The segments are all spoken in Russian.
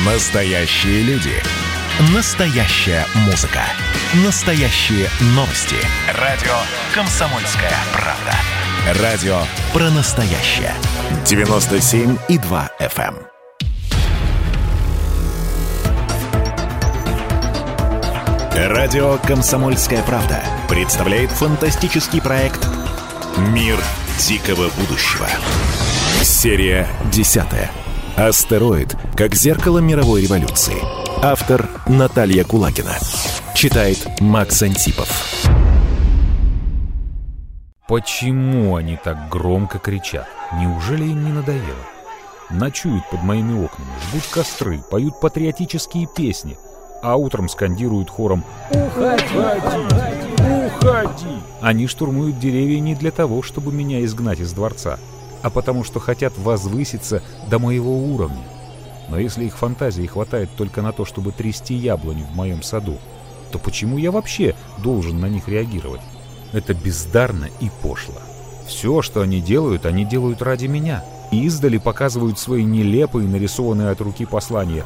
Настоящие люди. Настоящая музыка. Настоящие новости. Радио «Комсомольская правда». Радио про настоящее. 97,2 FM. Радио «Комсомольская правда» представляет фантастический проект «Мир дикого будущего». Серия 10. Астероид как зеркало мировой революции. Автор Наталья Кулагина. Читает Макс Антипов. Почему они так громко кричат? Неужели им не надоело? Ночуют под моими окнами, жгут костры, поют патриотические песни, а утром скандируют хором «Уходи! Уходи!». Они штурмуют деревья не для того, чтобы меня изгнать из дворца, а потому что хотят возвыситься до моего уровня. Но если их фантазии хватает только на то, чтобы трясти яблони в моем саду, то почему я вообще должен на них реагировать? Это бездарно и пошло. Все, что они делают ради меня. И издали показывают свои нелепые, нарисованные от руки послания.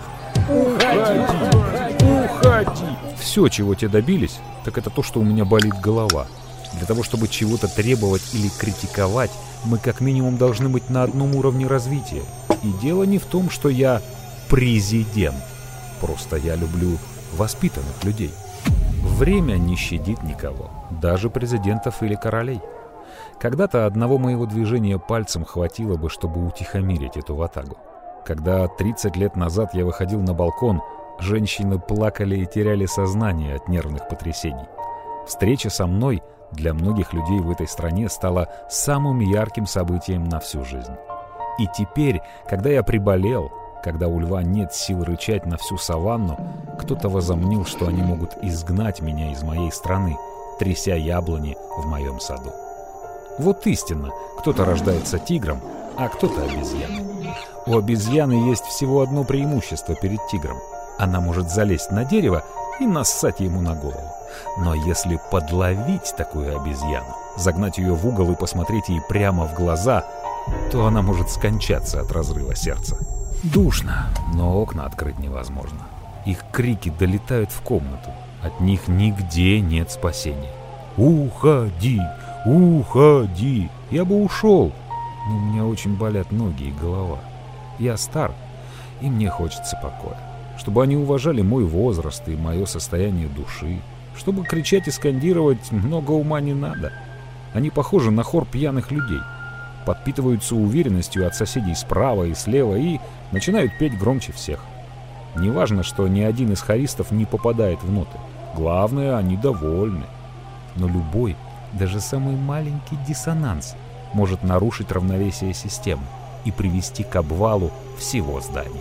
«Уходи! Уходи!». Все, чего те добились, так это то, что у меня болит голова. Для того, чтобы чего-то требовать или критиковать, мы как минимум должны быть на одном уровне развития. И дело не в том, что я президент. Просто я люблю воспитанных людей. Время не щадит никого, даже президентов или королей. Когда-то одного моего движения пальцем хватило бы, чтобы утихомирить эту ватагу. Когда 30 лет назад я выходил на балкон, женщины плакали и теряли сознание от нервных потрясений. Встреча со мной для многих людей в этой стране стала самым ярким событием на всю жизнь. И теперь, когда я приболел, когда у льва нет сил рычать на всю саванну, кто-то возомнил, что они могут изгнать меня из моей страны, тряся яблони в моем саду. Вот истинно, кто-то рождается тигром, а кто-то обезьяной. У обезьяны есть всего одно преимущество перед тигром. Она может залезть на дерево и нассать ему на голову. Но если подловить такую обезьяну, загнать ее в угол и посмотреть ей прямо в глаза, то она может скончаться от разрыва сердца. Душно, но окна открыть невозможно. Их крики долетают в комнату. От них нигде нет спасения. «Уходи! Уходи!» Я бы ушел, но у меня очень болят ноги и голова. Я стар, и мне хочется покоя. Чтобы они уважали мой возраст и мое состояние души. Чтобы кричать и скандировать, много ума не надо. Они похожи на хор пьяных людей. Подпитываются уверенностью от соседей справа и слева и начинают петь громче всех. Неважно, что ни один из хористов не попадает в ноты. Главное, они довольны. Но любой, даже самый маленький диссонанс может нарушить равновесие системы и привести к обвалу всего здания.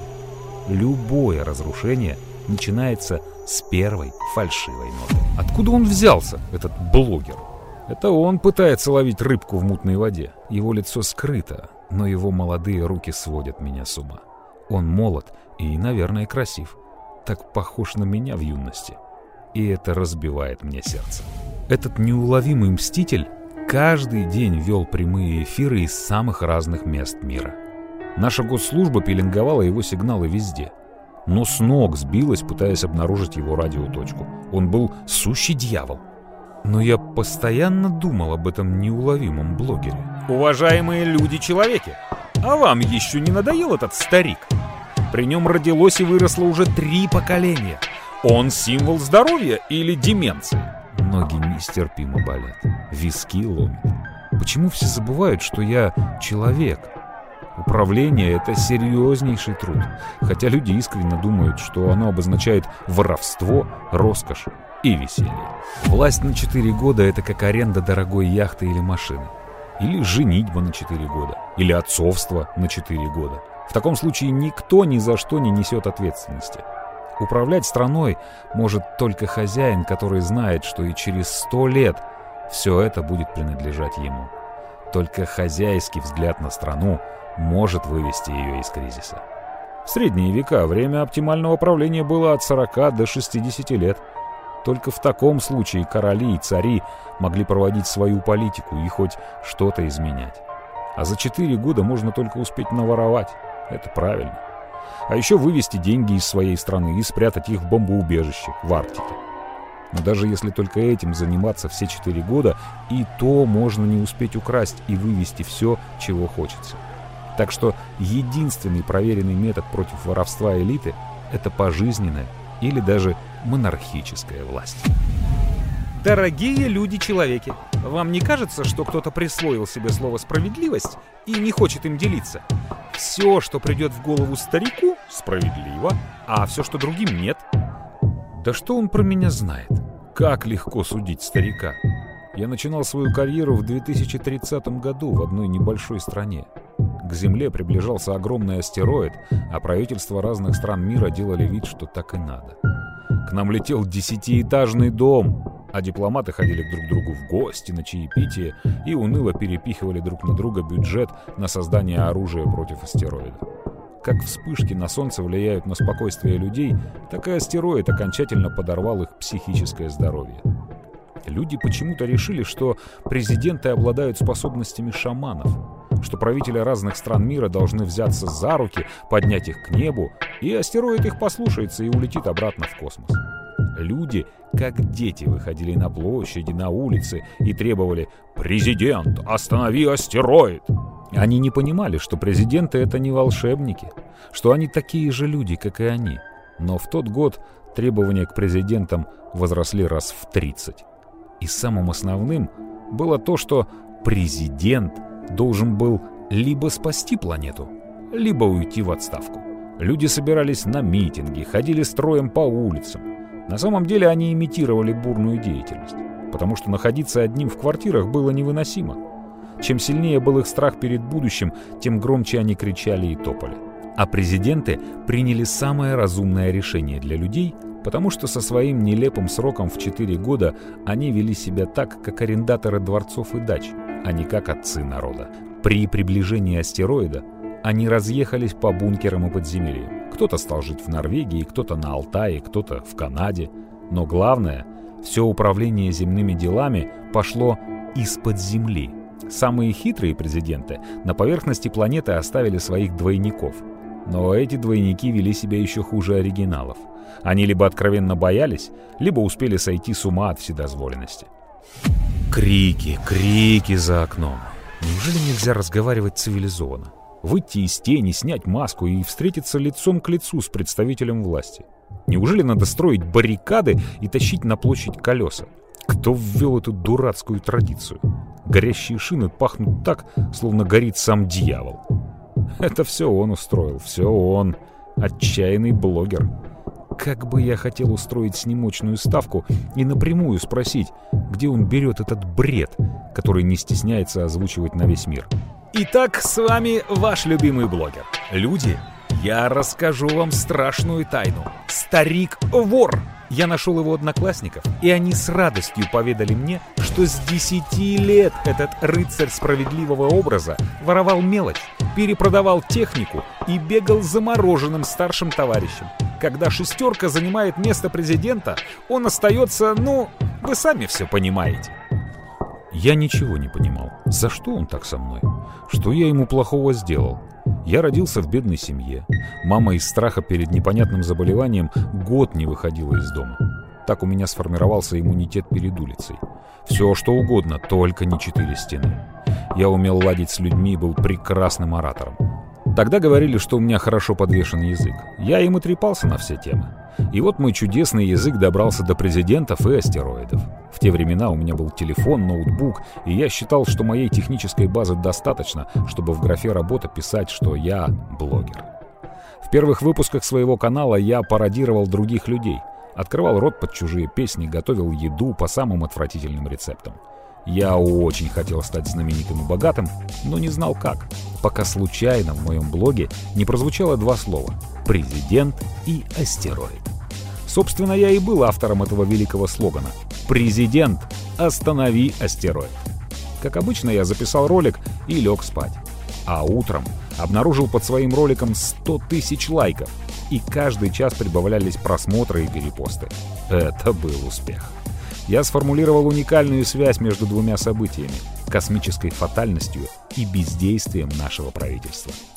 Любое разрушение начинается с первой фальшивой ноты. Откуда он взялся, этот блогер? Это он пытается ловить рыбку в мутной воде. Его лицо скрыто, но его молодые руки сводят меня с ума. Он молод и, наверное, красив. Так похож на меня в юности. И это разбивает мне сердце. Этот неуловимый мститель каждый день вел прямые эфиры из самых разных мест мира. Наша госслужба пеленговала его сигналы везде. Но с ног сбилась, пытаясь обнаружить его радиоточку. Он был сущий дьявол. Но я постоянно думал об этом неуловимом блогере. Уважаемые люди-человеки, а вам еще не надоел этот старик? При нем родилось и выросло уже 3 поколения. Он символ здоровья или деменции? Ноги нестерпимо болят, виски ломят. Почему все забывают, что я человек? Управление — это серьезнейший труд, хотя люди искренне думают, что оно обозначает воровство, роскошь и веселье. Власть на 4 года — это как аренда дорогой яхты или машины. Или женитьба на 4 года. Или отцовство на 4 года. В таком случае никто ни за что не несет ответственности. Управлять страной может только хозяин, который знает, что и через 100 лет все это будет принадлежать ему. Только хозяйский взгляд на страну может вывести ее из кризиса. В средние века время оптимального правления было от 40 до 60 лет. Только в таком случае короли и цари могли проводить свою политику и хоть что-то изменять. А за 4 года можно только успеть наворовать. Это правильно. А еще вывести деньги из своей страны и спрятать их в бомбоубежище в Арктике. Но даже если только этим заниматься все 4 года, и то можно не успеть украсть и вывести все, чего хочется. Так что единственный проверенный метод против воровства элиты – это пожизненная или даже монархическая власть. Дорогие люди-человеки, вам не кажется, что кто-то присвоил себе слово «справедливость» и не хочет им делиться? Все, что придет в голову старику, справедливо, а все, что другим, нет. Да что он про меня знает? Как легко судить старика. Я начинал свою карьеру в 2030 году в одной небольшой стране. К Земле приближался огромный астероид, а правительства разных стран мира делали вид, что так и надо. К нам летел 10-этажный дом, а дипломаты ходили друг к другу в гости, на чаепитие и уныло перепихивали друг на друга бюджет на создание оружия против астероида. Как вспышки на Солнце влияют на спокойствие людей, так и астероид окончательно подорвал их психическое здоровье. Люди почему-то решили, что президенты обладают способностями шаманов, что правители разных стран мира должны взяться за руки, поднять их к небу, и астероид их послушается и улетит обратно в космос. Люди, как дети, выходили на площади, на улицы и требовали «Президент, останови астероид!». Они не понимали, что президенты — это не волшебники, что они такие же люди, как и они. Но в тот год требования к президентам возросли раз в 30. И самым основным было то, что президент должен был либо спасти планету, либо уйти в отставку. Люди собирались на митинги, ходили строем по улицам. На самом деле они имитировали бурную деятельность, потому что находиться одним в квартирах было невыносимо. Чем сильнее был их страх перед будущим, тем громче они кричали и топали. А президенты приняли самое разумное решение для людей, потому что со своим нелепым сроком в 4 года они вели себя так, как арендаторы дворцов и дач, а не как отцы народа. При приближении астероида они разъехались по бункерам и подземельям. Кто-то стал жить в Норвегии, кто-то на Алтае, кто-то в Канаде. Но главное, все управление земными делами пошло из-под земли. Самые хитрые президенты на поверхности планеты оставили своих двойников. Но эти двойники вели себя еще хуже оригиналов. Они либо откровенно боялись, либо успели сойти с ума от вседозволенности. Крики за окном. Неужели нельзя разговаривать цивилизованно? Выйти из тени, снять маску и встретиться лицом к лицу с представителем власти? Неужели надо строить баррикады и тащить на площадь колеса? Кто ввел эту дурацкую традицию? Горящие шины пахнут так, словно горит сам дьявол. Это все он устроил, все он. Отчаянный блогер. Как бы я хотел устроить с ним мощную ставку и напрямую спросить, где он берет этот бред, который не стесняется озвучивать на весь мир. Итак, с вами ваш любимый блогер. Люди, я расскажу вам страшную тайну. Старик-вор. Я нашел его одноклассников, и они с радостью поведали мне, что с 10 лет этот рыцарь справедливого образа воровал мелочь, перепродавал технику и бегал замороженным старшим товарищем. Когда шестерка занимает место президента, он остается, вы сами все понимаете. Я ничего не понимал. За что он так со мной? Что я ему плохого сделал? Я родился в бедной семье. Мама из страха перед непонятным заболеванием год не выходила из дома. Так у меня сформировался иммунитет перед улицей. Все что угодно, только не 4 стены. Я умел ладить с людьми и был прекрасным оратором. Тогда говорили, что у меня хорошо подвешен язык. Я им и трепался на все темы. И вот мой чудесный язык добрался до президентов и астероидов. В те времена у меня был телефон, ноутбук, и я считал, что моей технической базы достаточно, чтобы в графе «Работа» писать, что я блогер. В первых выпусках своего канала я пародировал других людей, открывал рот под чужие песни, готовил еду по самым отвратительным рецептам. Я очень хотел стать знаменитым и богатым, но не знал как, пока случайно в моем блоге не прозвучало 2 слова «президент» и «астероид». Собственно, я и был автором этого великого слогана «Президент, останови астероид». Как обычно, я записал ролик и лег спать. А утром обнаружил под своим роликом 100 тысяч лайков, и каждый час прибавлялись просмотры и перепосты. Это был успех. Я сформулировал уникальную связь между 2 событиями – космической фатальностью и бездействием нашего правительства.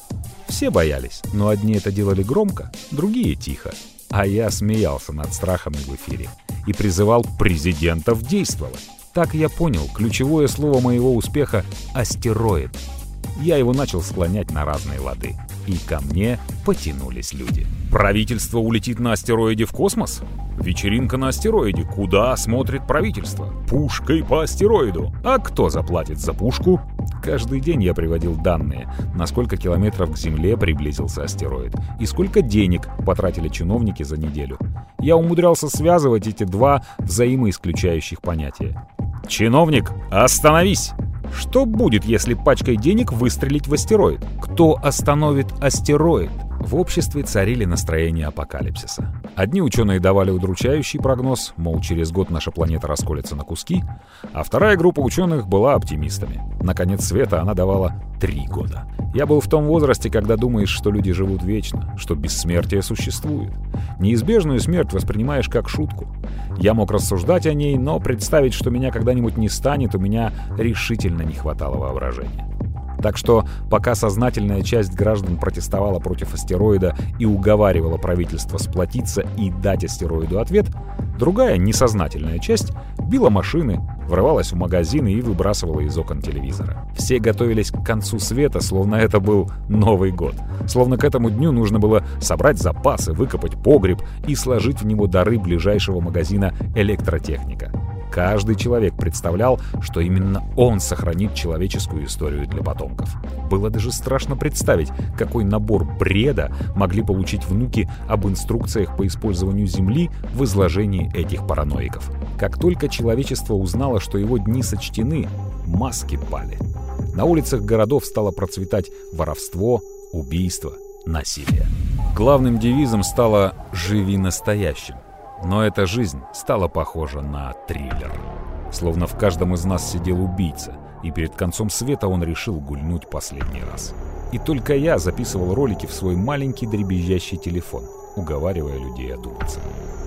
Все боялись, но одни это делали громко, другие тихо. А я смеялся над страхами в эфире и призывал президентов действовать. Так я понял ключевое слово моего успеха — астероид. Я его начал склонять на разные лады. И ко мне потянулись люди. Правительство улетит на астероиде в космос? Вечеринка на астероиде. Куда смотрит правительство? Пушкой по астероиду. А кто заплатит за пушку? Каждый день я приводил данные, на сколько километров к Земле приблизился астероид и сколько денег потратили чиновники за неделю. Я умудрялся связывать эти два взаимоисключающих понятия. «Чиновник, остановись!» Что будет, если пачкой денег выстрелить в астероид? Кто остановит астероид? В обществе царили настроения апокалипсиса. Одни ученые давали удручающий прогноз, мол, через год наша планета расколется на куски, а вторая группа ученых была оптимистами. На конец света она давала 3 года. Я был в том возрасте, когда думаешь, что люди живут вечно, что бессмертие существует. Неизбежную смерть воспринимаешь как шутку. Я мог рассуждать о ней, но представить, что меня когда-нибудь не станет, у меня решительно не хватало воображения. Так что, пока сознательная часть граждан протестовала против астероида и уговаривала правительство сплотиться и дать астероиду ответ, другая, несознательная часть била машины, врывалась в магазины и выбрасывала из окон телевизора. Все готовились к концу света, словно это был Новый год. Словно к этому дню нужно было собрать запасы, выкопать погреб и сложить в него дары ближайшего магазина электротехника. Каждый человек представлял, что именно он сохранит человеческую историю для потомков. Было даже страшно представить, какой набор бреда могли получить внуки об инструкциях по использованию Земли в изложении этих параноиков. Как только человечество узнало, что его дни сочтены, маски пали. На улицах городов стало процветать воровство, убийство, насилие. Главным девизом стало «Живи настоящим». Но эта жизнь стала похожа на триллер. Словно в каждом из нас сидел убийца, и перед концом света он решил гульнуть последний раз. И только я записывал ролики в свой маленький дребезжащий телефон, уговаривая людей одуматься.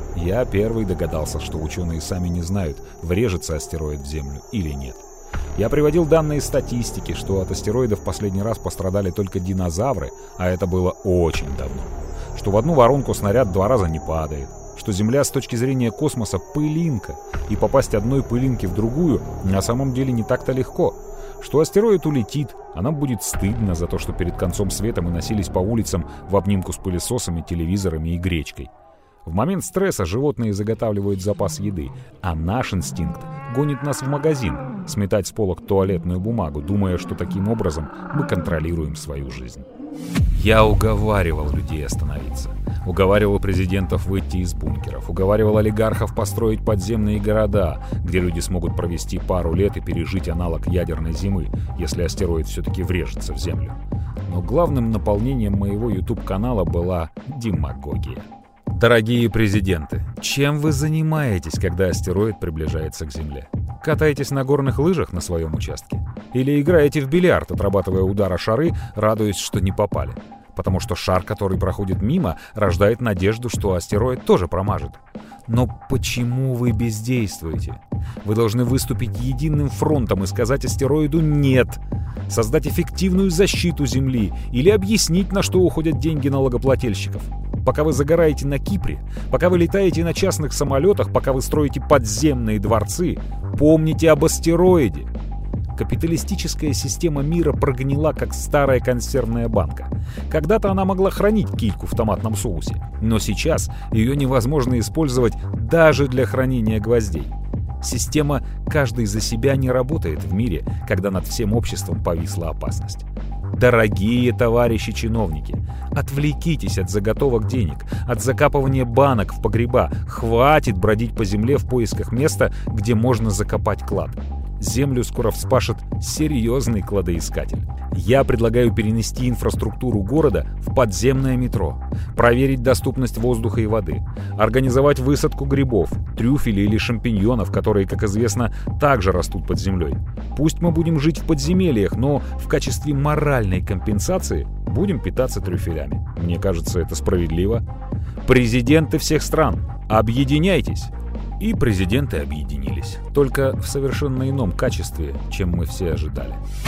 Я первый догадался, что ученые сами не знают, врежется астероид в Землю или нет. Я приводил данные статистики, что от астероидов в последний раз пострадали только динозавры, а это было очень давно. Что в одну воронку снаряд 2 раза не падает. Что Земля с точки зрения космоса пылинка, и попасть одной пылинки в другую на самом деле не так-то легко. Что астероид улетит, а нам будет стыдно за то, что перед концом света мы носились по улицам в обнимку с пылесосами, телевизорами и гречкой. В момент стресса животные заготавливают запас еды, а наш инстинкт гонит нас в магазин, сметать с полок туалетную бумагу, думая, что таким образом мы контролируем свою жизнь. Я уговаривал людей остановиться. Уговаривал президентов выйти из бункеров. Уговаривал олигархов построить подземные города, где люди смогут провести пару лет и пережить аналог ядерной зимы, если астероид все-таки врежется в Землю. Но главным наполнением моего YouTube-канала была демагогия. Дорогие президенты, чем вы занимаетесь, когда астероид приближается к Земле? Катаетесь на горных лыжах на своем участке? Или играете в бильярд, отрабатывая удар о шары, радуясь, что не попали? Потому что шар, который проходит мимо, рождает надежду, что астероид тоже промажет. Но почему вы бездействуете? Вы должны выступить единым фронтом и сказать астероиду «нет», создать эффективную защиту Земли или объяснить, на что уходят деньги налогоплательщиков. Пока вы загораете на Кипре, пока вы летаете на частных самолетах, пока вы строите подземные дворцы, помните об астероиде. Капиталистическая система мира прогнила, как старая консервная банка. Когда-то она могла хранить кильку в томатном соусе, но сейчас ее невозможно использовать даже для хранения гвоздей. Система «каждый за себя» не работает в мире, когда над всем обществом повисла опасность. Дорогие товарищи чиновники, отвлекитесь от заготовок денег, от закапывания банок в погреба. Хватит бродить по земле в поисках места, где можно закопать клад. Землю скоро вспашет серьезный кладоискатель. Я предлагаю перенести инфраструктуру города в подземное метро, проверить доступность воздуха и воды, организовать высадку грибов, трюфелей или шампиньонов, которые, как известно, также растут под землей. Пусть мы будем жить в подземельях, но в качестве моральной компенсации будем питаться трюфелями. Мне кажется, это справедливо. Президенты всех стран, объединяйтесь! И президенты объединились, только в совершенно ином качестве, чем мы все ожидали.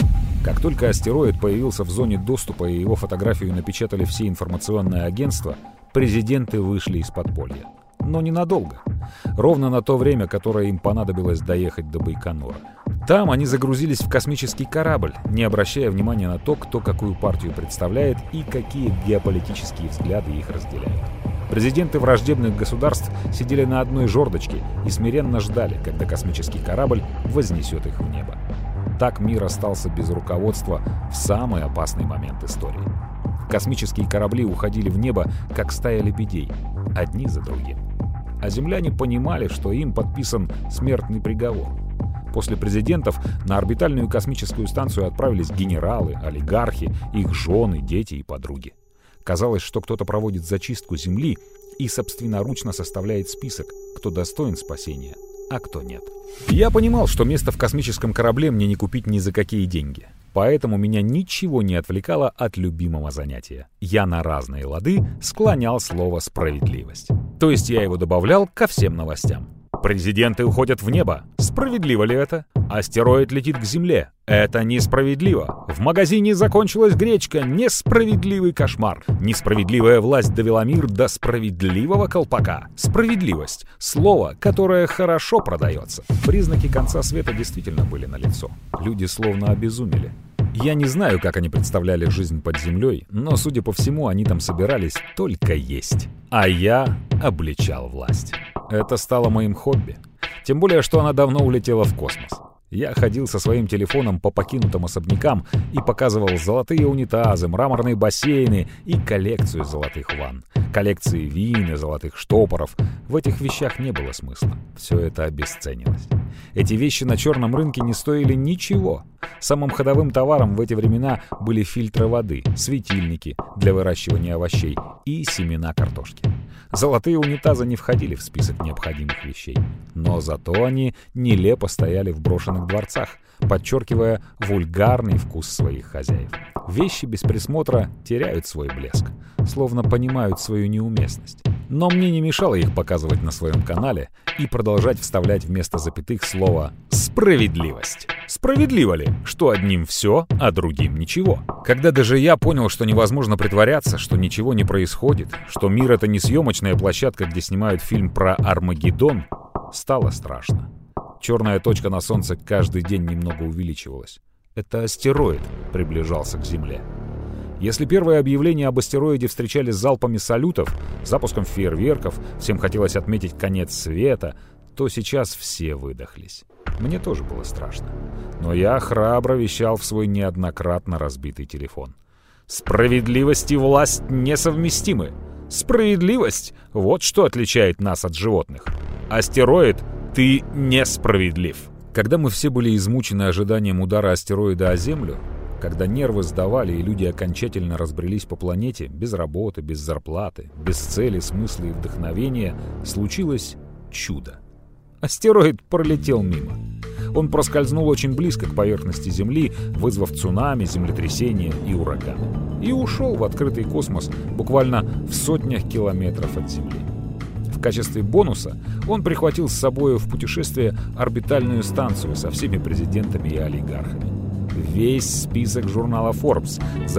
Как только астероид появился в зоне доступа и его фотографию напечатали все информационные агентства, президенты вышли из подполья. Но ненадолго. Ровно на то время, которое им понадобилось доехать до Байконура. Там они загрузились в космический корабль, не обращая внимания на то, кто какую партию представляет и какие геополитические взгляды их разделяют. Президенты враждебных государств сидели на одной жердочке и смиренно ждали, когда космический корабль вознесет их в небо. Так мир остался без руководства в самый опасный момент истории. Космические корабли уходили в небо, как стая лебедей, одни за другим. А земляне понимали, что им подписан смертный приговор. После президентов на орбитальную космическую станцию отправились генералы, олигархи, их жены, дети и подруги. Казалось, что кто-то проводит зачистку Земли и собственноручно составляет список, кто достоин спасения, а кто нет. Я понимал, что место в космическом корабле мне не купить ни за какие деньги. Поэтому меня ничего не отвлекало от любимого занятия. Я на разные лады склонял слово «справедливость». То есть я его добавлял ко всем новостям. Президенты уходят в небо. Справедливо ли это? Астероид летит к Земле. Это несправедливо. В магазине закончилась гречка. Несправедливый кошмар. Несправедливая власть довела мир до справедливого колпака. Справедливость. Слово, которое хорошо продается. Признаки конца света действительно были налицо. Люди словно обезумели. Я не знаю, как они представляли жизнь под землей, но, судя по всему, они там собирались только есть. А я обличал власть. Это стало моим хобби. Тем более, что она давно улетела в космос. Я ходил со своим телефоном по покинутым особнякам и показывал золотые унитазы, мраморные бассейны и коллекцию золотых ванн. Коллекции вин и золотых штопоров. В этих вещах не было смысла. Все это обесценилось. Эти вещи на черном рынке не стоили ничего. Самым ходовым товаром в эти времена были фильтры воды, светильники для выращивания овощей и семена картошки. Золотые унитазы не входили в список необходимых вещей. Но зато они нелепо стояли в брошенных дворцах, подчеркивая вульгарный вкус своих хозяев. Вещи без присмотра теряют свой блеск, словно понимают свою неуместность. Но мне не мешало их показывать на своем канале и продолжать вставлять вместо запятых слово «справедливость». Справедливо ли, что одним все, а другим ничего? Когда даже я понял, что невозможно притворяться, что ничего не происходит, что мир — это не съемочная площадка, где снимают фильм про Армагеддон, стало страшно. Черная точка на солнце каждый день немного увеличивалась. Это астероид приближался к Земле. Если первые объявления об астероиде встречали с залпами салютов, запуском фейерверков, всем хотелось отметить конец света, то сейчас все выдохлись. Мне тоже было страшно. Но я храбро вещал в свой неоднократно разбитый телефон. Справедливость и власть несовместимы. Справедливость — вот что отличает нас от животных. Астероид, ты несправедлив. Когда мы все были измучены ожиданием удара астероида о Землю, когда нервы сдавали и люди окончательно разбрелись по планете, без работы, без зарплаты, без цели, смысла и вдохновения, случилось чудо. Астероид пролетел мимо. Он проскользнул очень близко к поверхности Земли, вызвав цунами, землетрясение и ураган. И ушел в открытый космос буквально в сотнях километров от Земли. В качестве бонуса он прихватил с собой в путешествие орбитальную станцию со всеми президентами и олигархами. Весь список журнала Forbes за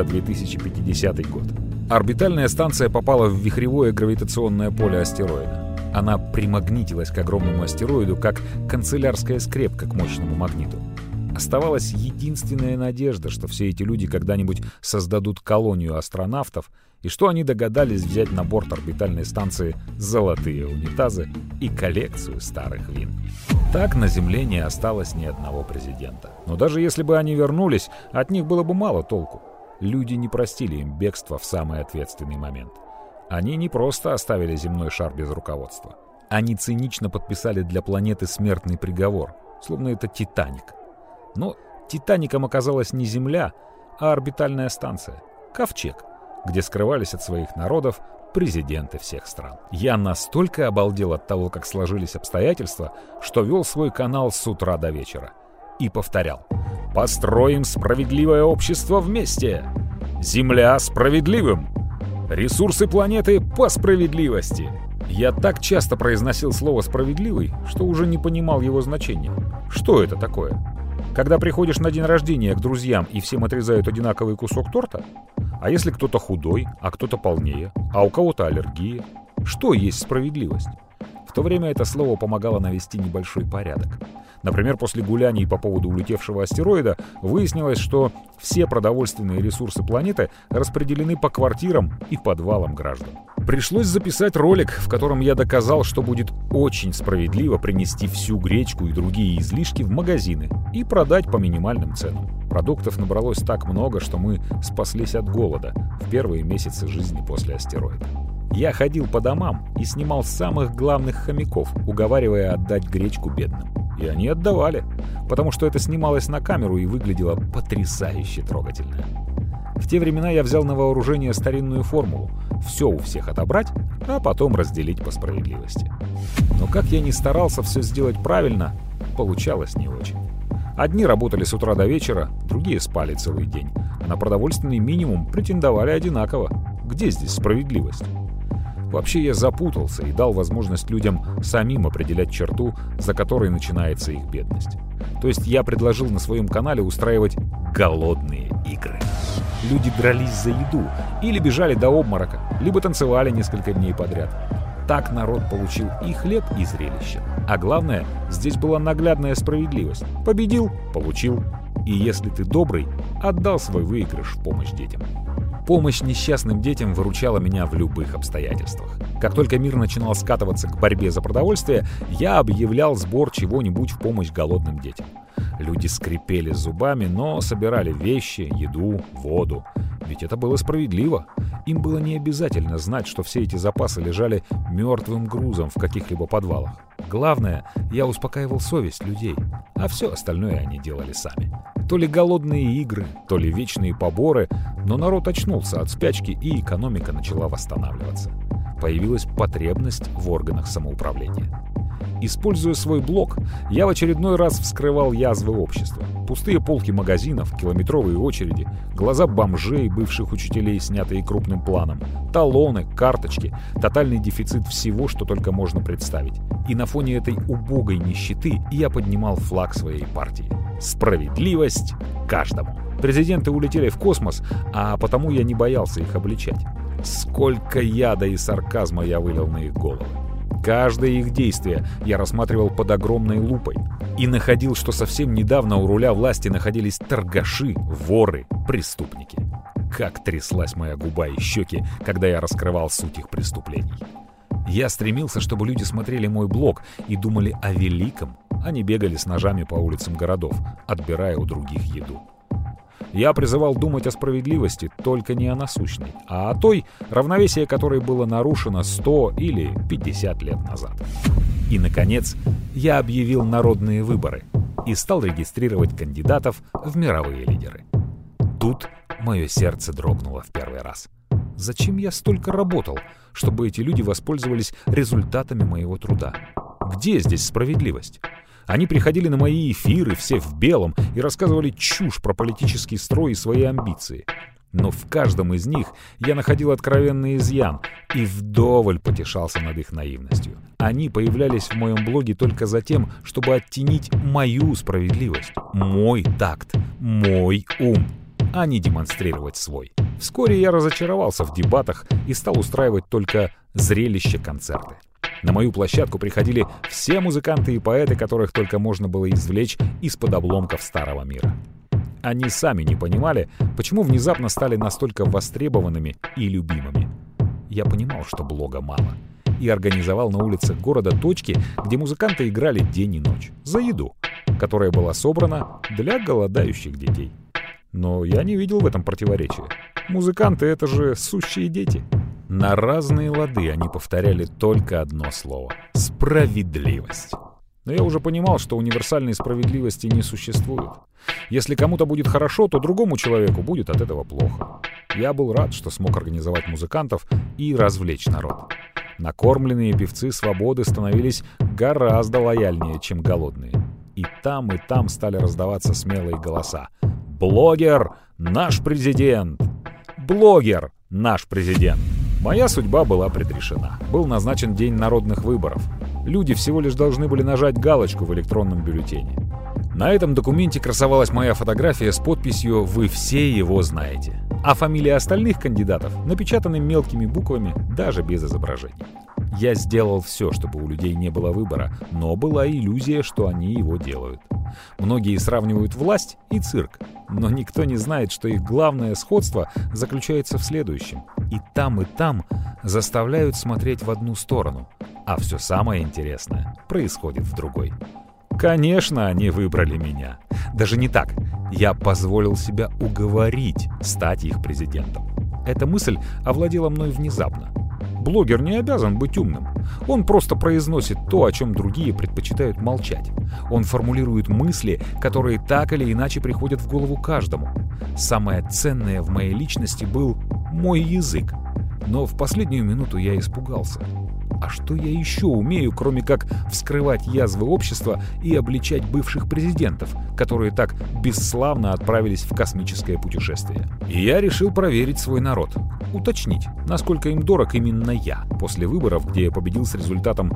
2050 год. Орбитальная станция попала в вихревое гравитационное поле астероида. Она примагнитилась к огромному астероиду, как канцелярская скрепка к мощному магниту. Оставалась единственная надежда, что все эти люди когда-нибудь создадут колонию астронавтов, и что они догадались взять на борт орбитальной станции золотые унитазы и коллекцию старых вин. Так на Земле не осталось ни одного президента. Но даже если бы они вернулись, от них было бы мало толку. Люди не простили им бегство в самый ответственный момент. Они не просто оставили земной шар без руководства. Они цинично подписали для планеты смертный приговор, словно это Титаник. Но Титаником оказалась не Земля, а орбитальная станция, Ковчег, где скрывались от своих народов президенты всех стран. Я настолько обалдел от того, как сложились обстоятельства, что вел свой канал с утра до вечера. И повторял: «Построим справедливое общество вместе! Земля справедливым! Ресурсы планеты по справедливости!» Я так часто произносил слово «справедливый», что уже не понимал его значения. Что это такое? Когда приходишь на день рождения к друзьям и всем отрезают одинаковый кусок торта? А если кто-то худой, а кто-то полнее, а у кого-то аллергия? Что есть справедливость? В то время это слово помогало навести небольшой порядок. Например, после гуляний по поводу улетевшего астероида выяснилось, что все продовольственные ресурсы планеты распределены по квартирам и подвалам граждан. Пришлось записать ролик, в котором я доказал, что будет очень справедливо принести всю гречку и другие излишки в магазины и продать по минимальным ценам. Продуктов набралось так много, что мы спаслись от голода в первые месяцы жизни после астероида. Я ходил по домам и снимал самых главных хомяков, уговаривая отдать гречку бедным. И они отдавали, потому что это снималось на камеру и выглядело потрясающе трогательно. В те времена я взял на вооружение старинную формулу – все у всех отобрать, а потом разделить по справедливости. Но как я ни старался все сделать правильно, получалось не очень. Одни работали с утра до вечера, другие спали целый день, а на продовольственный минимум претендовали одинаково. Где здесь справедливость? Вообще я запутался и дал возможность людям самим определять черту, за которой начинается их бедность. То есть я предложил на своем канале устраивать голодные игры. Люди дрались за еду, или бежали до обморока, либо танцевали несколько дней подряд. Так народ получил и хлеб, и зрелище. А главное, здесь была наглядная справедливость. Победил – получил. И если ты добрый, отдал свой выигрыш в помощь детям. Помощь несчастным детям выручала меня в любых обстоятельствах. Как только мир начинал скатываться к борьбе за продовольствие, я объявлял сбор чего-нибудь в помощь голодным детям. Люди скрипели зубами, но собирали вещи, еду, воду. Ведь это было справедливо. Им было не обязательно знать, что все эти запасы лежали мертвым грузом в каких-либо подвалах. Главное, я успокаивал совесть людей, а все остальное они делали сами. То ли голодные игры, то ли вечные поборы, но народ очнулся от спячки, и экономика начала восстанавливаться. Появилась потребность в органах самоуправления. Используя свой блог, я в очередной раз вскрывал язвы общества. Пустые полки магазинов, километровые очереди, глаза бомжей, бывших учителей, снятые крупным планом, талоны, карточки, тотальный дефицит всего, что только можно представить. И на фоне этой убогой нищеты я поднимал флаг своей партии. Справедливость каждому. Президенты улетели в космос, а потому я не боялся их обличать. Сколько яда и сарказма я вылил на их головы. Каждое их действие я рассматривал под огромной лупой и находил, что совсем недавно у руля власти находились торгаши, воры, преступники. Как тряслась моя губа и щеки, когда я раскрывал суть их преступлений. Я стремился, чтобы люди смотрели мой блог и думали о великом, а не бегали с ножами по улицам городов, отбирая у других еду. Я призывал думать о справедливости, только не о насущной, а о той, равновесие которой было нарушено 100 или 50 лет назад. И, наконец, я объявил народные выборы и стал регистрировать кандидатов в мировые лидеры. Тут мое сердце дрогнуло в первый раз. Зачем я столько работал, чтобы эти люди воспользовались результатами моего труда? Где здесь справедливость? Они приходили на мои эфиры, все в белом, и рассказывали чушь про политический строй и свои амбиции. Но в каждом из них я находил откровенный изъян и вдоволь потешался над их наивностью. Они появлялись в моем блоге только за тем, чтобы оттенить мою справедливость, мой такт, мой ум, а не демонстрировать свой. Вскоре я разочаровался в дебатах и стал устраивать только зрелища-концерты. На мою площадку приходили все музыканты и поэты, которых только можно было извлечь из-под обломков старого мира. Они сами не понимали, почему внезапно стали настолько востребованными и любимыми. Я понимал, что блога мало, и организовал на улицах города точки, где музыканты играли день и ночь за еду, которая была собрана для голодающих детей. Но я не видел в этом противоречия. Музыканты — это же сущие дети. На разные лады они повторяли только одно слово — справедливость. Но я уже понимал, что универсальной справедливости не существует. Если кому-то будет хорошо, то другому человеку будет от этого плохо. Я был рад, что смог организовать музыкантов и развлечь народ. Накормленные певцы свободы становились гораздо лояльнее, чем голодные. И там стали раздаваться смелые голоса. «Блогер — наш президент! Блогер — наш президент!» Моя судьба была предрешена. Был назначен день народных выборов. Люди всего лишь должны были нажать галочку в электронном бюллетене. На этом документе красовалась моя фотография с подписью «Вы все его знаете», а фамилии остальных кандидатов напечатаны мелкими буквами, даже без изображений. Я сделал все, чтобы у людей не было выбора, но была иллюзия, что они его делают. Многие сравнивают власть и цирк, но никто не знает, что их главное сходство заключается в следующем. И там заставляют смотреть в одну сторону, а все самое интересное происходит в другой. Конечно, они выбрали меня. Даже не так. Я позволил себя уговорить стать их президентом. Эта мысль овладела мной внезапно. Блогер не обязан быть умным. Он просто произносит то, о чем другие предпочитают молчать. Он формулирует мысли, которые так или иначе приходят в голову каждому. Самое ценное в моей личности был мой язык. Но в последнюю минуту я испугался. А что я еще умею, кроме как вскрывать язвы общества и обличать бывших президентов, которые так бесславно отправились в космическое путешествие? И я решил проверить свой народ. Уточнить, насколько им дорог именно я. После выборов, где я победил с результатом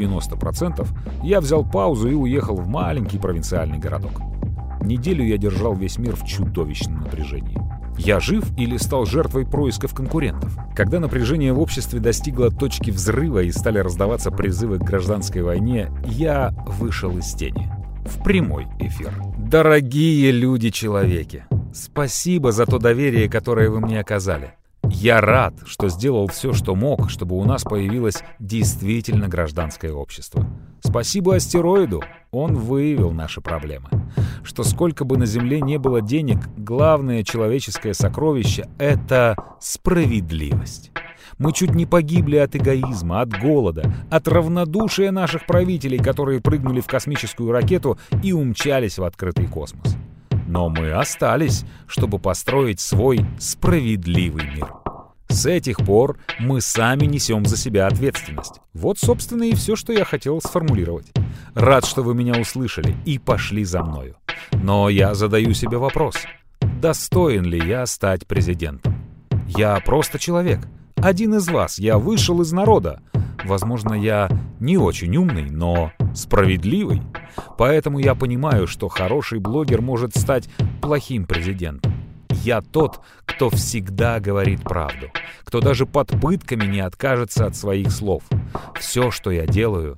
90%, я взял паузу и уехал в маленький провинциальный городок. Неделю я держал весь мир в чудовищном напряжении. Я жив или стал жертвой происков конкурентов? Когда напряжение в обществе достигло точки взрыва и стали раздаваться призывы к гражданской войне, я вышел из тени. В прямой эфир. Дорогие люди-человеки, спасибо за то доверие, которое вы мне оказали. Я рад, что сделал все, что мог, чтобы у нас появилось действительно гражданское общество. Спасибо астероиду, он выявил наши проблемы. Что сколько бы на Земле не было денег, главное человеческое сокровище — это справедливость. Мы чуть не погибли от эгоизма, от голода, от равнодушия наших правителей, которые прыгнули в космическую ракету и умчались в открытый космос. Но мы остались, чтобы построить свой справедливый мир. С этих пор мы сами несем за себя ответственность. Вот, собственно, и все, что я хотел сформулировать. Рад, что вы меня услышали и пошли за мною. Но я задаю себе вопрос: достоин ли я стать президентом? Я просто человек. Один из вас. Я вышел из народа. Возможно, я не очень умный, но справедливый. Поэтому я понимаю, что хороший блогер может стать плохим президентом. Я тот, кто всегда говорит правду, кто даже под пытками не откажется от своих слов. Все, что я делаю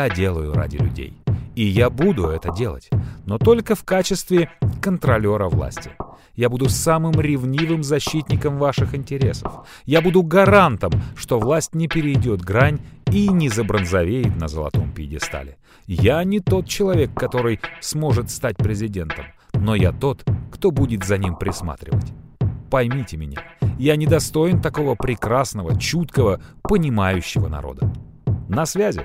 ради людей. И я буду это делать, но только в качестве контролера власти. Я буду самым ревнивым защитником ваших интересов. Я буду гарантом, что власть не перейдет грань и не забронзовеет на золотом пьедестале. Я не тот человек, который сможет стать президентом, но я тот, кто будет за ним присматривать. Поймите меня, я недостоин такого прекрасного, чуткого, понимающего народа. На связи.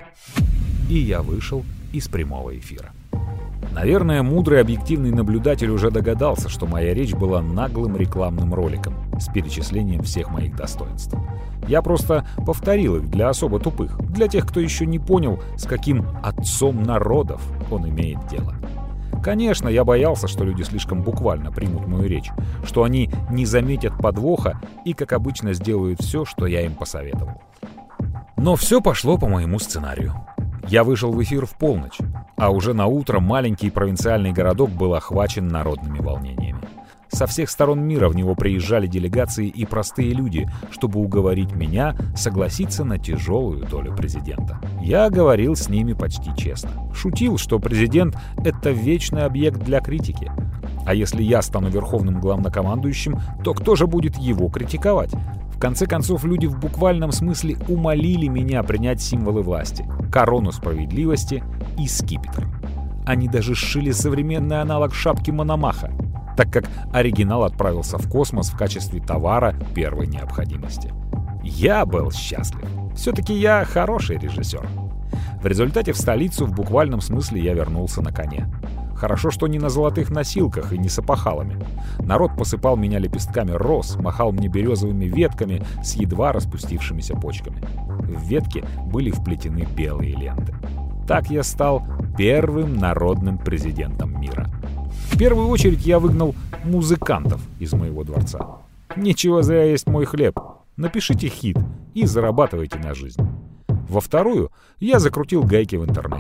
И я вышел из прямого эфира. Наверное, мудрый объективный наблюдатель уже догадался, что моя речь была наглым рекламным роликом с перечислением всех моих достоинств. Я просто повторил их для особо тупых, для тех, кто еще не понял, с каким отцом народов он имеет дело. Конечно, я боялся, что люди слишком буквально примут мою речь, что они не заметят подвоха и, как обычно, сделают все, что я им посоветовал. Но все пошло по моему сценарию. Я вышел в эфир в полночь, а уже на утро маленький провинциальный городок был охвачен народными волнениями. Со всех сторон мира в него приезжали делегации и простые люди, чтобы уговорить меня согласиться на тяжелую долю президента. Я говорил с ними почти честно. Шутил, что президент — это вечный объект для критики. А если я стану верховным главнокомандующим, то кто же будет его критиковать? В конце концов, люди в буквальном смысле умолили меня принять символы власти — корону справедливости и скипетр. Они даже сшили современный аналог шапки Мономаха, так как оригинал отправился в космос в качестве товара первой необходимости. Я был счастлив. Все-таки я хороший режиссер. В результате в столицу в буквальном смысле я вернулся на коне. Хорошо, что не на золотых носилках и не с опахалами. Народ посыпал меня лепестками роз, махал мне березовыми ветками с едва распустившимися почками. В ветки были вплетены белые ленты. Так я стал первым народным президентом мира. В первую очередь я выгнал музыкантов из моего дворца. Нечего зря есть мой хлеб. Напишите хит и зарабатывайте на жизнь. Во вторую я закрутил гайки в интернете.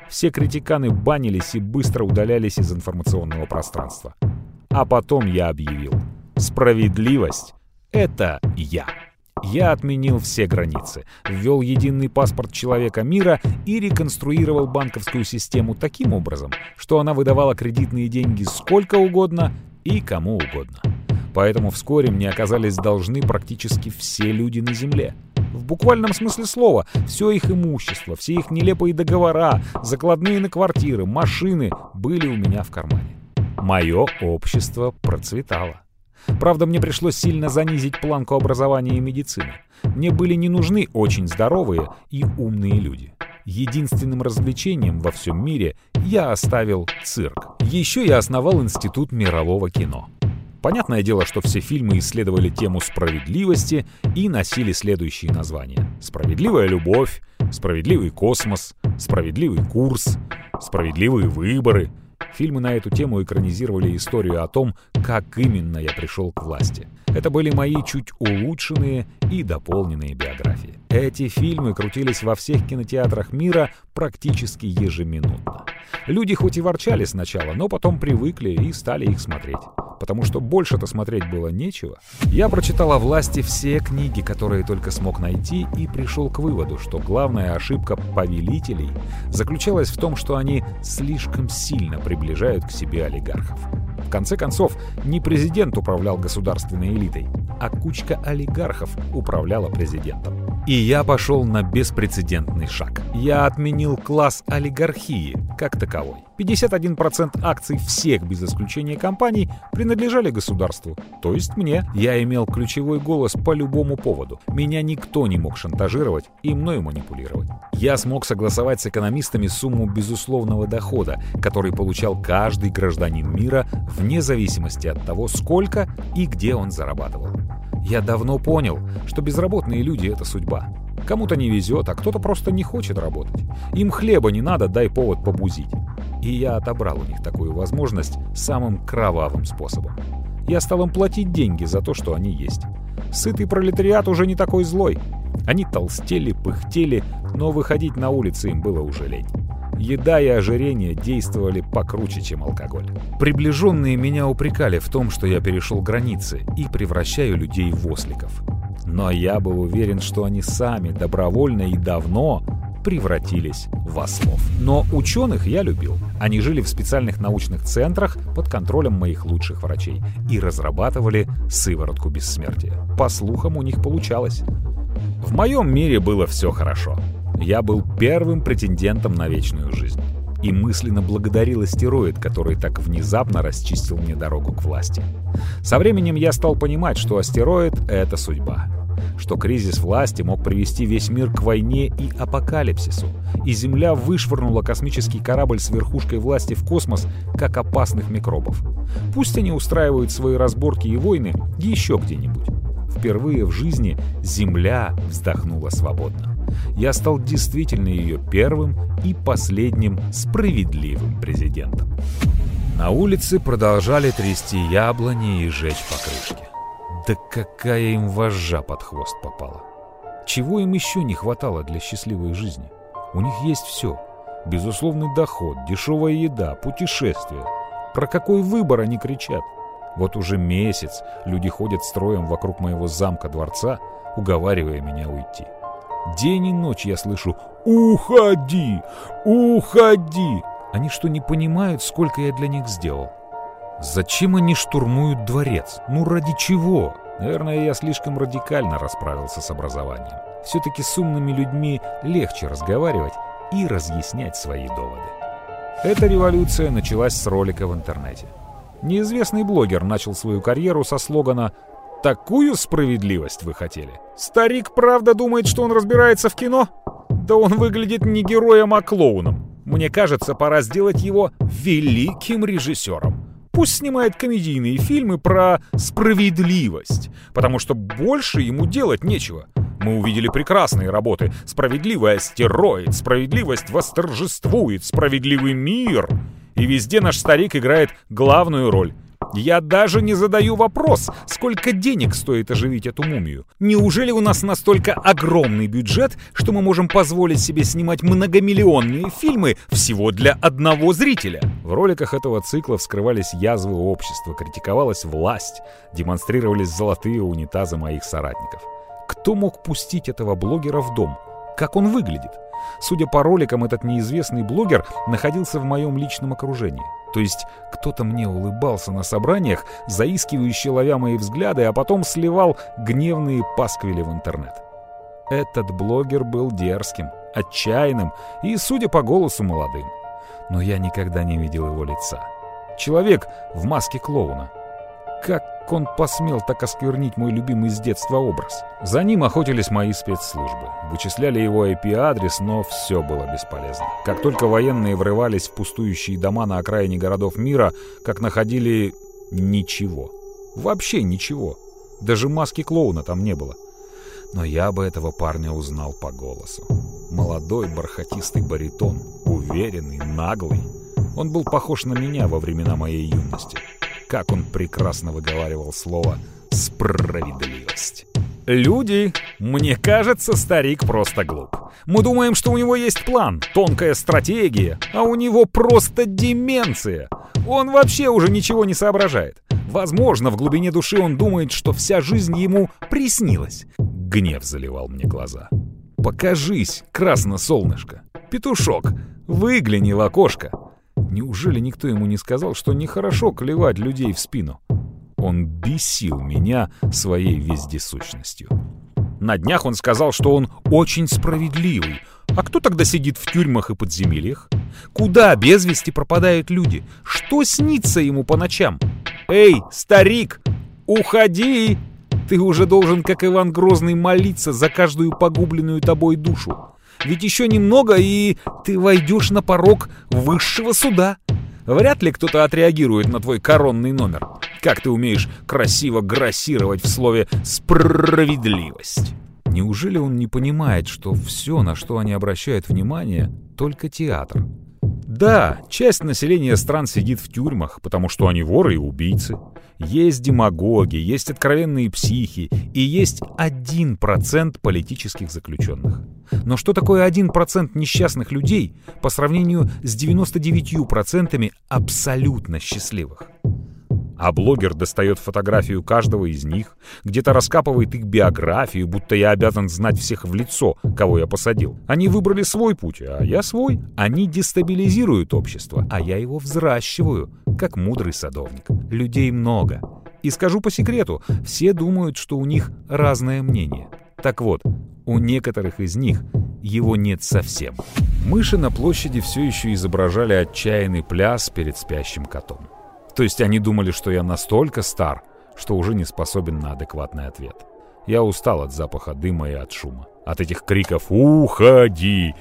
Все критиканы банились и быстро удалялись из информационного пространства. А потом я объявил: справедливость — это я. Я отменил все границы, ввел единый паспорт человека мира и реконструировал банковскую систему таким образом, что она выдавала кредитные деньги сколько угодно и кому угодно. Поэтому вскоре мне оказались должны практически все люди на Земле. В буквальном смысле слова, все их имущество, все их нелепые договора, закладные на квартиры, машины были у меня в кармане. Мое общество процветало. Правда, мне пришлось сильно занизить планку образования и медицины. Мне были не нужны очень здоровые и умные люди. Единственным развлечением во всем мире я оставил цирк. Еще я основал Институт мирового кино. Понятное дело, что все фильмы исследовали тему справедливости и носили следующие названия: «Справедливая любовь», «Справедливый космос», «Справедливый курс», «Справедливые выборы». Фильмы на эту тему экранизировали историю о том, как именно я пришел к власти. Это были мои чуть улучшенные и дополненные биографии. Эти фильмы крутились во всех кинотеатрах мира практически ежеминутно. Люди хоть и ворчали сначала, но потом привыкли и стали их смотреть. Потому что больше-то смотреть было нечего. Я прочитал о власти все книги, которые только смог найти, и пришел к выводу, что главная ошибка повелителей заключалась в том, что они слишком сильно приближают к себе олигархов. В конце концов, не президент управлял государственной элитой, а кучка олигархов управляла президентом. И я пошел на беспрецедентный шаг. Я отменил класс олигархии как таковой. 51% акций всех, без исключения компаний, принадлежали государству, то есть мне. Я имел ключевой голос по любому поводу. Меня никто не мог шантажировать и мною манипулировать. Я смог согласовать с экономистами сумму безусловного дохода, который получал каждый гражданин мира вне зависимости от того, сколько и где он зарабатывал. Я давно понял, что безработные люди — это судьба. Кому-то не везет, а кто-то просто не хочет работать. Им хлеба не надо, дай повод побузить. И я отобрал у них такую возможность самым кровавым способом. Я стал им платить деньги за то, что они есть. Сытый пролетариат уже не такой злой. Они толстели, пыхтели, но выходить на улицы им было уже лень. Еда и ожирение действовали покруче, чем алкоголь. Приближенные меня упрекали в том, что я перешел границы и превращаю людей в осликов. Но я был уверен, что они сами добровольно и давно превратились в ослов. Но ученых я любил. Они жили в специальных научных центрах под контролем моих лучших врачей и разрабатывали сыворотку бессмертия. По слухам, у них получалось. В моем мире было все хорошо. Я был первым претендентом на вечную жизнь. И мысленно благодарил астероид, который так внезапно расчистил мне дорогу к власти. Со временем я стал понимать, что астероид — это судьба. Что кризис власти мог привести весь мир к войне и апокалипсису. И Земля вышвырнула космический корабль с верхушкой власти в космос, как опасных микробов. Пусть они устраивают свои разборки и войны еще где-нибудь. Впервые в жизни Земля вздохнула свободно. Я стал действительно ее первым и последним справедливым президентом. На улице продолжали трясти яблони и жечь покрышки. Да какая им вожжа под хвост попала. Чего им еще не хватало для счастливой жизни? У них есть все. Безусловный доход, дешевая еда, путешествия. Про какой выбор они кричат? Вот уже месяц люди ходят строем вокруг моего замка-дворца, уговаривая меня уйти. День и ночь я слышу «Уходи! Уходи!» Они что, не понимают, сколько я для них сделал? Зачем они штурмуют дворец? Ну ради чего? Наверное, я слишком радикально расправился с образованием. Все-таки с умными людьми легче разговаривать и разъяснять свои доводы. Эта революция началась с ролика в интернете. Неизвестный блогер начал свою карьеру со слогана «Такую справедливость вы хотели? Старик правда думает, что он разбирается в кино? Да он выглядит не героем, а клоуном. Мне кажется, пора сделать его великим режиссером. Пусть снимает комедийные фильмы про справедливость, потому что больше ему делать нечего. Мы увидели прекрасные работы: «Справедливый астероид», «Справедливость восторжествует», «Справедливый мир». И везде наш старик играет главную роль. Я даже не задаю вопрос, сколько денег стоит оживить эту мумию. Неужели у нас настолько огромный бюджет, что мы можем позволить себе снимать многомиллионные фильмы всего для одного зрителя? В роликах этого цикла вскрывались язвы общества, критиковалась власть, демонстрировались золотые унитазы моих соратников. Кто мог пустить этого блогера в дом? Как он выглядит? Судя по роликам, этот неизвестный блогер находился в моем личном окружении. То есть кто-то мне улыбался на собраниях, заискивающе ловя мои взгляды, а потом сливал гневные пасквили в интернет. Этот блогер был дерзким, отчаянным и, судя по голосу, молодым. Но я никогда не видел его лица. Человек в маске клоуна. Как он посмел так осквернить мой любимый с детства образ? За ним охотились мои спецслужбы. Вычисляли его IP-адрес, но все было бесполезно. Как только военные врывались в пустующие дома на окраине городов мира, как находили ничего. Вообще ничего. Даже маски клоуна там не было. Но я бы этого парня узнал по голосу. Молодой бархатистый баритон, уверенный, наглый. Он был похож на меня во времена моей юности. Как он прекрасно выговаривал слово «справедливость». Люди, мне кажется, старик просто глуп. Мы думаем, что у него есть план, тонкая стратегия, а у него просто деменция. Он вообще уже ничего не соображает. Возможно, в глубине души он думает, что вся жизнь ему приснилась. Гнев заливал мне глаза. «Покажись, красносолнышко! Петушок, выгляни в окошко!» Неужели никто ему не сказал, что нехорошо клевать людей в спину? Он бесил меня своей вездесущностью. На днях он сказал, что он очень справедливый. А кто тогда сидит в тюрьмах и подземельях? Куда без вести пропадают люди? Что снится ему по ночам? Эй, старик, уходи! Ты уже должен, как Иван Грозный, молиться за каждую погубленную тобой душу. Ведь еще немного, и ты войдешь на порог высшего суда. Вряд ли кто-то отреагирует на твой коронный номер. Как ты умеешь красиво грассировать в слове «справедливость». Неужели он не понимает, что все, на что они обращают внимание, только театр? Да, часть населения стран сидит в тюрьмах, потому что они воры и убийцы. Есть демагоги, есть откровенные психи и есть 1% политических заключенных. Но что такое 1% несчастных людей по сравнению с 99% абсолютно счастливых? А блогер достает фотографию каждого из них, где-то раскапывает их биографию, будто я обязан знать всех в лицо, кого я посадил. Они выбрали свой путь, а я свой. Они дестабилизируют общество, а я его взращиваю, как мудрый садовник. Людей много. И скажу по секрету, все думают, что у них разное мнение. Так вот, у некоторых из них его нет совсем. Мыши на площади все еще изображали отчаянный пляс перед спящим котом. То есть они думали, что я настолько стар, что уже не способен на адекватный ответ. Я устал от запаха дыма и от шума. От этих криков «Уходи!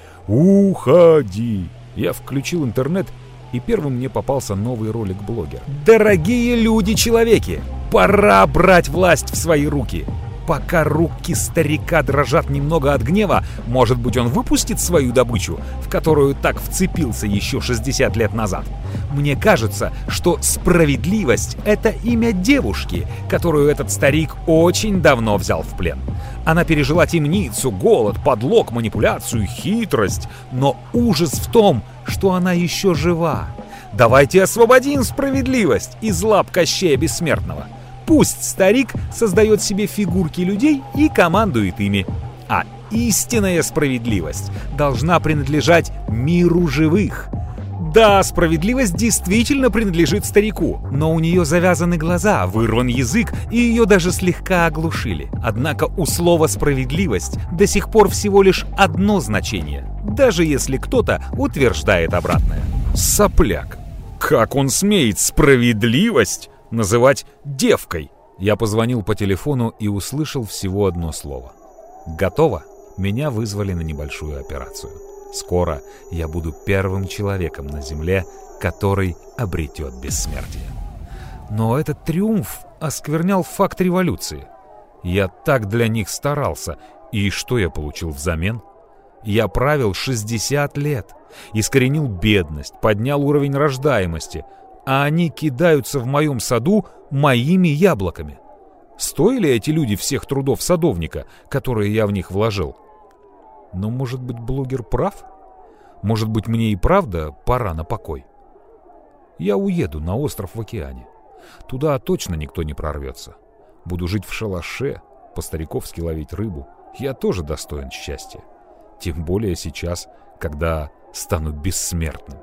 Уходи!». Я включил интернет, и первым мне попался новый ролик блогера. «Дорогие люди-человеки! Пора брать власть в свои руки!» Пока руки старика дрожат немного от гнева, может быть, он выпустит свою добычу, в которую так вцепился еще 60 лет назад. Мне кажется, что справедливость — это имя девушки, которую этот старик очень давно взял в плен. Она пережила темницу, голод, подлог, манипуляцию, хитрость, но ужас в том, что она еще жива. Давайте освободим справедливость из лап Кощея Бессмертного. Пусть старик создает себе фигурки людей и командует ими. А истинная справедливость должна принадлежать миру живых. Да, справедливость действительно принадлежит старику, но у нее завязаны глаза, вырван язык, и ее даже слегка оглушили. Однако у слова «справедливость» до сих пор всего лишь одно значение, даже если кто-то утверждает обратное. Сопляк! Как он смеет справедливость называть девкой? Я позвонил по телефону и услышал всего одно слово. Готово. Меня вызвали на небольшую операцию. Скоро я буду первым человеком на Земле, который обретет бессмертие. Но этот триумф осквернял факт революции. Я так для них старался, и что я получил взамен? Я правил 60 лет, искоренил бедность, поднял уровень рождаемости. а они кидаются в моем саду моими яблоками. Стоили эти люди всех трудов садовника, которые я в них вложил? Но, может быть, блогер прав? Может быть, мне и правда пора на покой? Я уеду на остров в океане. Туда точно никто не прорвется. Буду жить в шалаше, по-стариковски ловить рыбу. Я тоже достоин счастья. Тем более сейчас, когда стану бессмертным.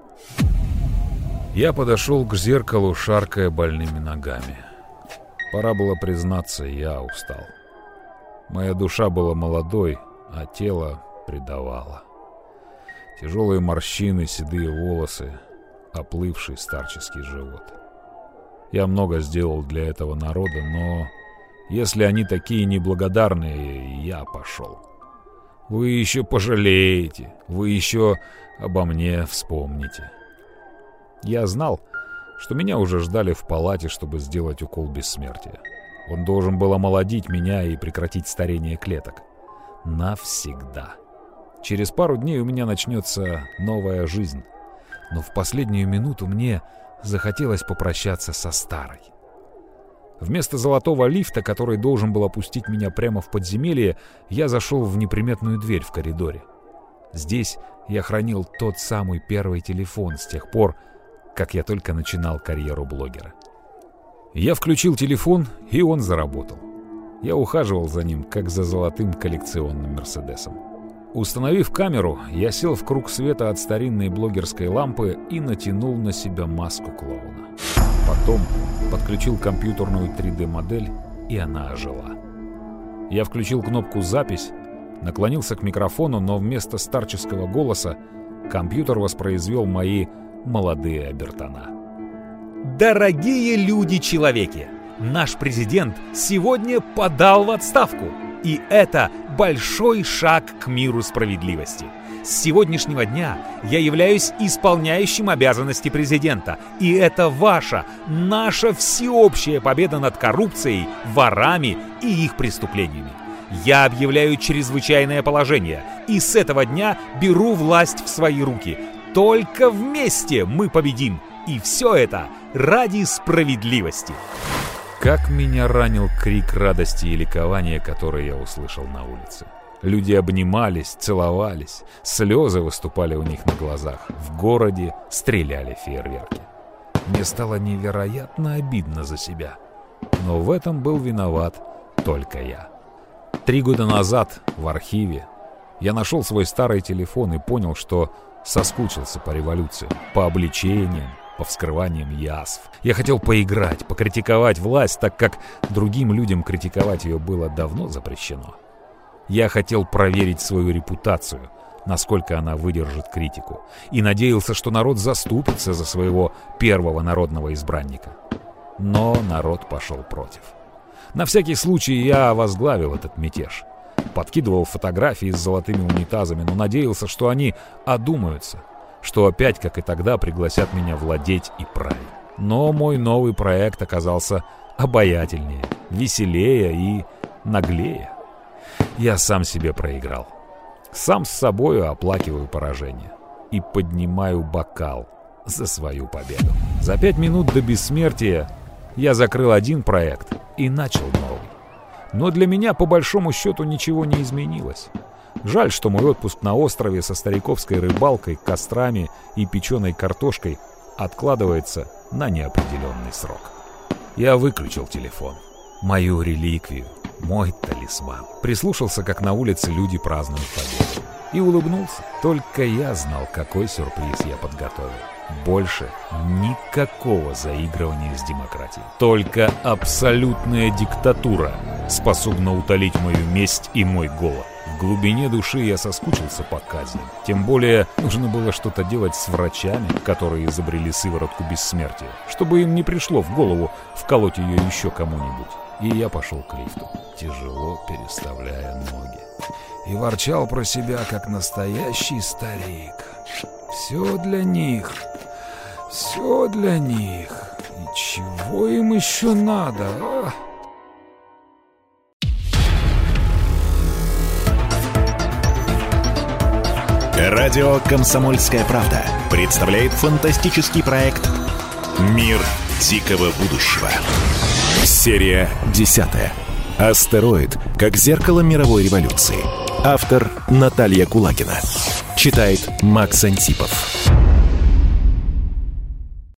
Я подошел к зеркалу, шаркая больными ногами. Пора было признаться, я устал. Моя душа была молодой, а тело предавало. Тяжелые морщины, седые волосы, оплывший старческий живот. Я много сделал для этого народа, но если они такие неблагодарные, я пошел. Вы еще пожалеете, вы еще обо мне вспомните. Я знал, что меня уже ждали в палате, чтобы сделать укол бессмертия. Он должен был омолодить меня и прекратить старение клеток. Навсегда. Через пару дней у меня начнется новая жизнь. Но в последнюю минуту мне захотелось попрощаться со старой. Вместо золотого лифта, который должен был опустить меня прямо в подземелье, я зашел в неприметную дверь в коридоре. Здесь я хранил тот самый первый телефон с тех пор, как я только начинал карьеру блогера. Я включил телефон, и он заработал. Я ухаживал за ним, как за золотым коллекционным Мерседесом. Установив камеру, я сел в круг света от старинной блогерской лампы и натянул на себя маску клоуна. Потом подключил компьютерную 3D-модель, и она ожила. Я включил кнопку «Запись», наклонился к микрофону, но вместо старческого голоса компьютер воспроизвел мои молодые обертона. Дорогие люди-человеки, наш президент сегодня подал в отставку. И это большой шаг к миру справедливости. С сегодняшнего дня я являюсь исполняющим обязанности президента. И это ваша, наша всеобщая победа над коррупцией, ворами и их преступлениями. Я объявляю чрезвычайное положение. И с этого дня беру власть в свои руки. Только вместе мы победим. И все это ради справедливости. Как меня ранил крик радости и ликования, который я услышал на улице. Люди обнимались, целовались, слезы выступали у них на глазах. В городе стреляли фейерверки. Мне стало невероятно обидно за себя. Но в этом был виноват только я. 3 года назад в архиве я нашел свой старый телефон и понял, что соскучился по революции, по обличениям, по вскрываниям язв. Я хотел поиграть, покритиковать власть, так как другим людям критиковать ее было давно запрещено. Я хотел проверить свою репутацию, насколько она выдержит критику, и надеялся, что народ заступится за своего первого народного избранника. Но народ пошел против. На всякий случай я возглавил этот мятеж. Подкидывал фотографии с золотыми унитазами, но надеялся, что они одумаются, что опять, как и тогда, пригласят меня владеть и править. Но мой новый проект оказался обаятельнее, веселее и наглее. Я сам себе проиграл. Сам с собою оплакиваю поражение и поднимаю бокал за свою победу. За 5 минут до бессмертия я закрыл один проект и начал новый. Но для меня, по большому счету, ничего не изменилось. Жаль, что мой отпуск на острове со стариковской рыбалкой, кострами и печеной картошкой откладывается на неопределенный срок. Я выключил телефон. Мою реликвию, мой талисман. Прислушался, как на улице люди празднуют победу. И улыбнулся. Только я знал, какой сюрприз я подготовил. Больше никакого заигрывания с демократией. Только абсолютная диктатура способна утолить мою месть и мой голод. В глубине души я соскучился по казни. Тем более нужно было что-то делать с врачами, которые изобрели сыворотку бессмертия, чтобы им не пришло в голову вколоть ее еще кому-нибудь. И я пошел к лифту, тяжело переставляя ноги. И ворчал про себя, как настоящий старик. Все для них. Все для них. И чего им еще надо, а? Радио «Комсомольская правда» представляет фантастический проект Мир дикого будущего. Серия 10. Астероид как зеркало мировой революции. Автор Наталья Кулагина. Читает Макс Антипов.